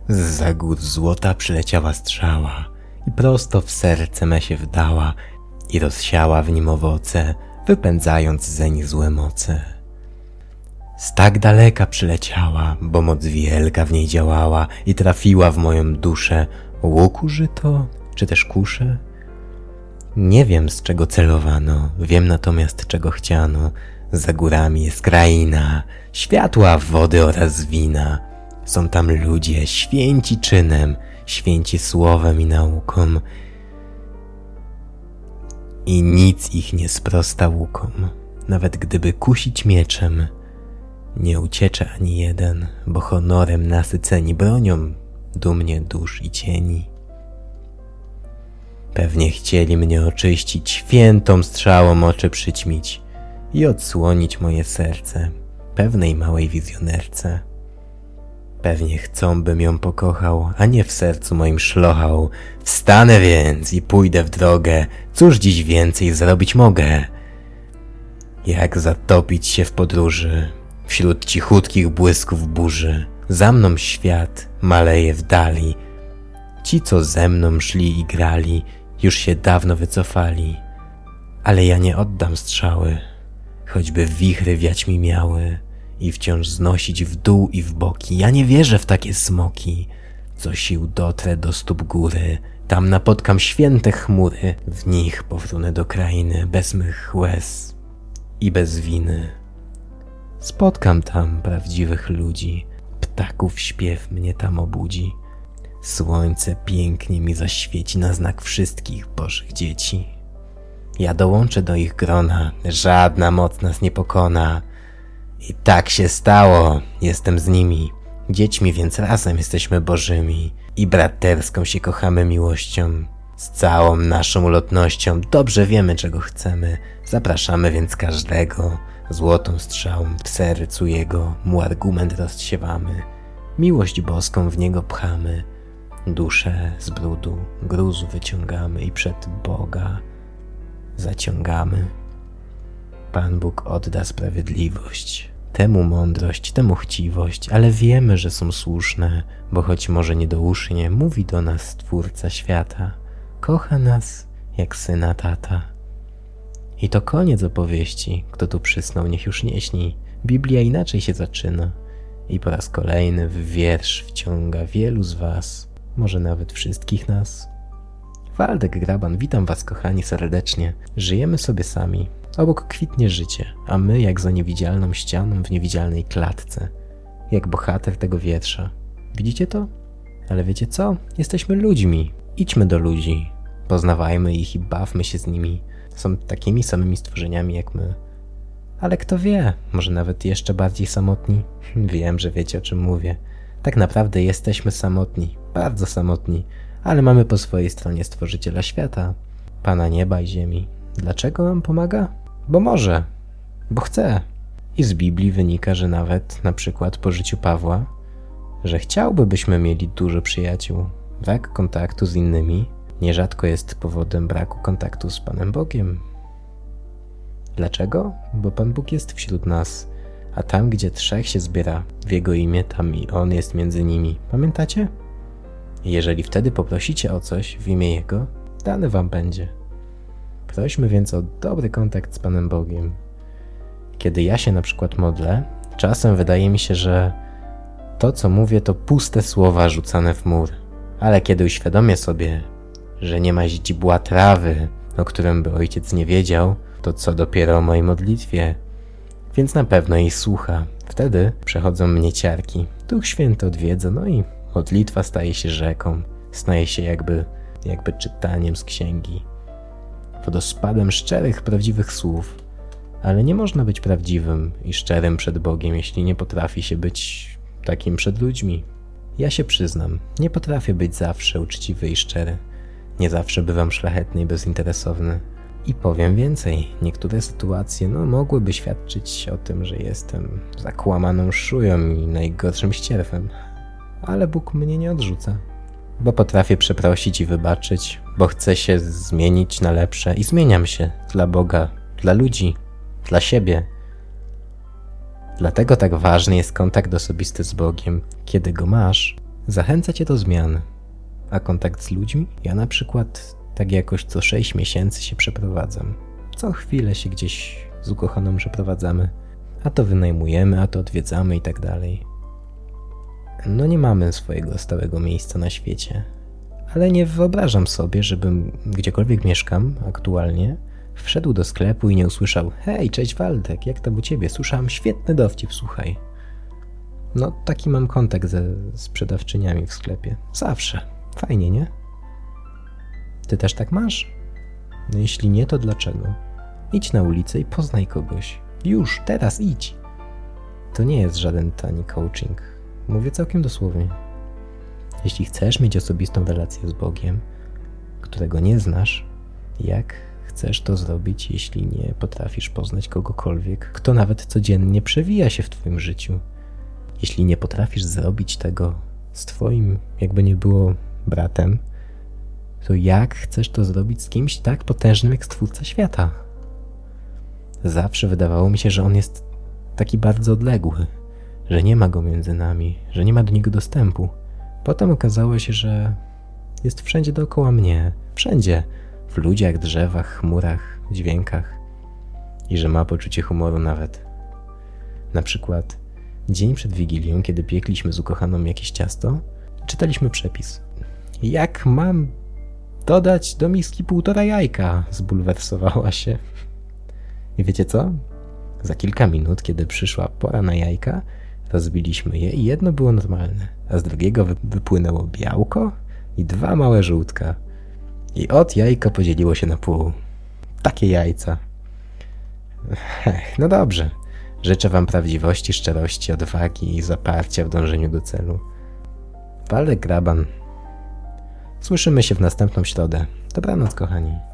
Zza gór złota przyleciała strzała i prosto w serce me się wdała i rozsiała w nim owoce, wypędzając zeń złe moce. Z tak daleka przyleciała, bo moc wielka w niej działała i trafiła w moją duszę. Łuk użyto, czy też kusze? Nie wiem, z czego celowano, wiem natomiast, czego chciano. Za górami jest kraina, światła, wody oraz wina. Są tam ludzie, święci czynem, święci słowem i nauką. I nic ich nie sprosta łukom, nawet gdyby kusić mieczem. Nie uciecze ani jeden, bo honorem nasyceni bronią dumnie dusz i cieni. Pewnie chcieli mnie oczyścić, świętą strzałą oczy przyćmić i odsłonić moje serce pewnej małej wizjonerce. Pewnie chcą, bym ją pokochał, a nie w sercu moim szlochał. Wstanę więc i pójdę w drogę, cóż dziś więcej zrobić mogę? Jak zatopić się w podróży, wśród cichutkich błysków burzy. Za mną świat maleje w dali, ci co ze mną szli i grali, już się dawno wycofali. Ale ja nie oddam strzały, choćby wichry wiać mi miały i wciąż znosić w dół i w boki. Ja nie wierzę w takie smoki, co sił dotrę do stóp góry. Tam napotkam święte chmury, w nich powrócę do krainy bez mych łez i bez winy. Spotkam tam prawdziwych ludzi, ptaków śpiew mnie tam obudzi. Słońce pięknie mi zaświeci na znak wszystkich Bożych dzieci. Ja dołączę do ich grona, żadna moc nas nie pokona. I tak się stało, jestem z nimi, dziećmi, więc razem jesteśmy Bożymi i braterską się kochamy miłością. Z całą naszą ulotnością dobrze wiemy, czego chcemy, zapraszamy więc każdego, złotą strzałą w sercu jego mu argument rozsiewamy, miłość boską w niego pchamy, duszę z brudu, gruzu wyciągamy i przed Boga zaciągamy. Pan Bóg odda sprawiedliwość, temu mądrość, temu chciwość, ale wiemy, że są słuszne, bo choć może niedousznie, mówi do nas Stwórca świata, kocha nas jak syna tata. I to koniec opowieści, kto tu przysnął, niech już nie śni, Biblia inaczej się zaczyna i po raz kolejny w wiersz wciąga wielu z was, może nawet wszystkich nas. Waldek Graban, witam was kochani serdecznie, żyjemy sobie sami. Obok kwitnie życie, a my jak za niewidzialną ścianą w niewidzialnej klatce. Jak bohater tego wiersza. Widzicie to? Ale wiecie co? Jesteśmy ludźmi. Idźmy do ludzi. Poznawajmy ich i bawmy się z nimi. Są takimi samymi stworzeniami jak my. Ale kto wie, może nawet jeszcze bardziej samotni? Wiem, że wiecie o czym mówię. Tak naprawdę jesteśmy samotni, bardzo samotni, ale mamy po swojej stronie Stworzyciela świata, Pana nieba i ziemi. Dlaczego nam pomaga? Bo może, bo chce. I z Biblii wynika, że nawet na przykład po życiu Pawła, że chciałby, byśmy mieli dużo przyjaciół. Brak kontaktu z innymi nierzadko jest powodem braku kontaktu z Panem Bogiem. Dlaczego? Bo Pan Bóg jest wśród nas, a tam, gdzie trzech się zbiera w Jego imię, tam i On jest między nimi. Pamiętacie? Jeżeli wtedy poprosicie o coś w imię Jego, dane wam będzie. Prośmy więc o dobry kontakt z Panem Bogiem. Kiedy ja się na przykład modlę, czasem wydaje mi się, że to, co mówię, to puste słowa rzucane w mur. Ale kiedy uświadomię sobie, że nie ma źdźbła trawy, o którym by Ojciec nie wiedział, to co dopiero o mojej modlitwie. Więc na pewno jej słucha. Wtedy przechodzą mnie ciarki. Duch Święty odwiedza, no i modlitwa staje się rzeką. Staje się jakby czytaniem z księgi. Wodospadem szczerych, prawdziwych słów. Ale nie można być prawdziwym i szczerym przed Bogiem, jeśli nie potrafi się być takim przed ludźmi. Ja się przyznam, nie potrafię być zawsze uczciwy i szczery. Nie zawsze bywam szlachetny i bezinteresowny. I powiem więcej, niektóre sytuacje mogłyby świadczyć o tym, że jestem zakłamaną szują i najgorszym ścierwem. Ale Bóg mnie nie odrzuca. Bo potrafię przeprosić i wybaczyć, bo chcę się zmienić na lepsze i zmieniam się dla Boga, dla ludzi, dla siebie. Dlatego tak ważny jest kontakt osobisty z Bogiem. Kiedy go masz, Zachęca cię do zmian. A kontakt z ludźmi? Ja na przykład tak jakoś co 6 miesięcy się przeprowadzam. Co chwilę się gdzieś z ukochaną przeprowadzamy. A to wynajmujemy, a to odwiedzamy i tak dalej. No nie mamy swojego stałego miejsca na świecie. Ale nie wyobrażam sobie, żebym gdziekolwiek mieszkam aktualnie wszedł do sklepu i nie usłyszał: hej, cześć Waldek, jak tam u ciebie? Słyszałem świetny dowcip, słuchaj. No taki mam kontakt ze sprzedawczyniami w sklepie. Zawsze. Fajnie, nie? Ty też tak masz? No jeśli nie, to dlaczego? Idź na ulicę i poznaj kogoś. Już, teraz idź. To nie jest żaden tani coaching. Mówię całkiem dosłownie. Jeśli chcesz mieć osobistą relację z Bogiem, którego nie znasz, jak chcesz to zrobić, jeśli nie potrafisz poznać kogokolwiek, kto nawet codziennie przewija się w twoim życiu? Jeśli nie potrafisz zrobić tego z twoim, jakby nie było, bratem, to jak chcesz to zrobić z kimś tak potężnym jak Stwórca świata? Zawsze wydawało mi się, że on jest taki bardzo odległy, że nie ma go między nami, że nie ma do niego dostępu. Potem okazało się, że jest wszędzie dookoła mnie, wszędzie, w ludziach, drzewach, chmurach, dźwiękach i że ma poczucie humoru nawet. Na przykład dzień przed Wigilią, kiedy piekliśmy z ukochaną jakieś ciasto, czytaliśmy przepis. Jak mam dodać do miski 1,5 jajka? Zbulwersowała się. I wiecie co? Za kilka minut, kiedy przyszła pora na jajka, rozbiliśmy je i jedno było normalne, a z drugiego wypłynęło białko i 2 małe żółtka. I od jajko podzieliło się na pół. Takie jajca. No dobrze. Życzę wam prawdziwości, szczerości, odwagi i zaparcia w dążeniu do celu. Waldek Graban. Słyszymy się w następną środę. Dobranoc, kochani.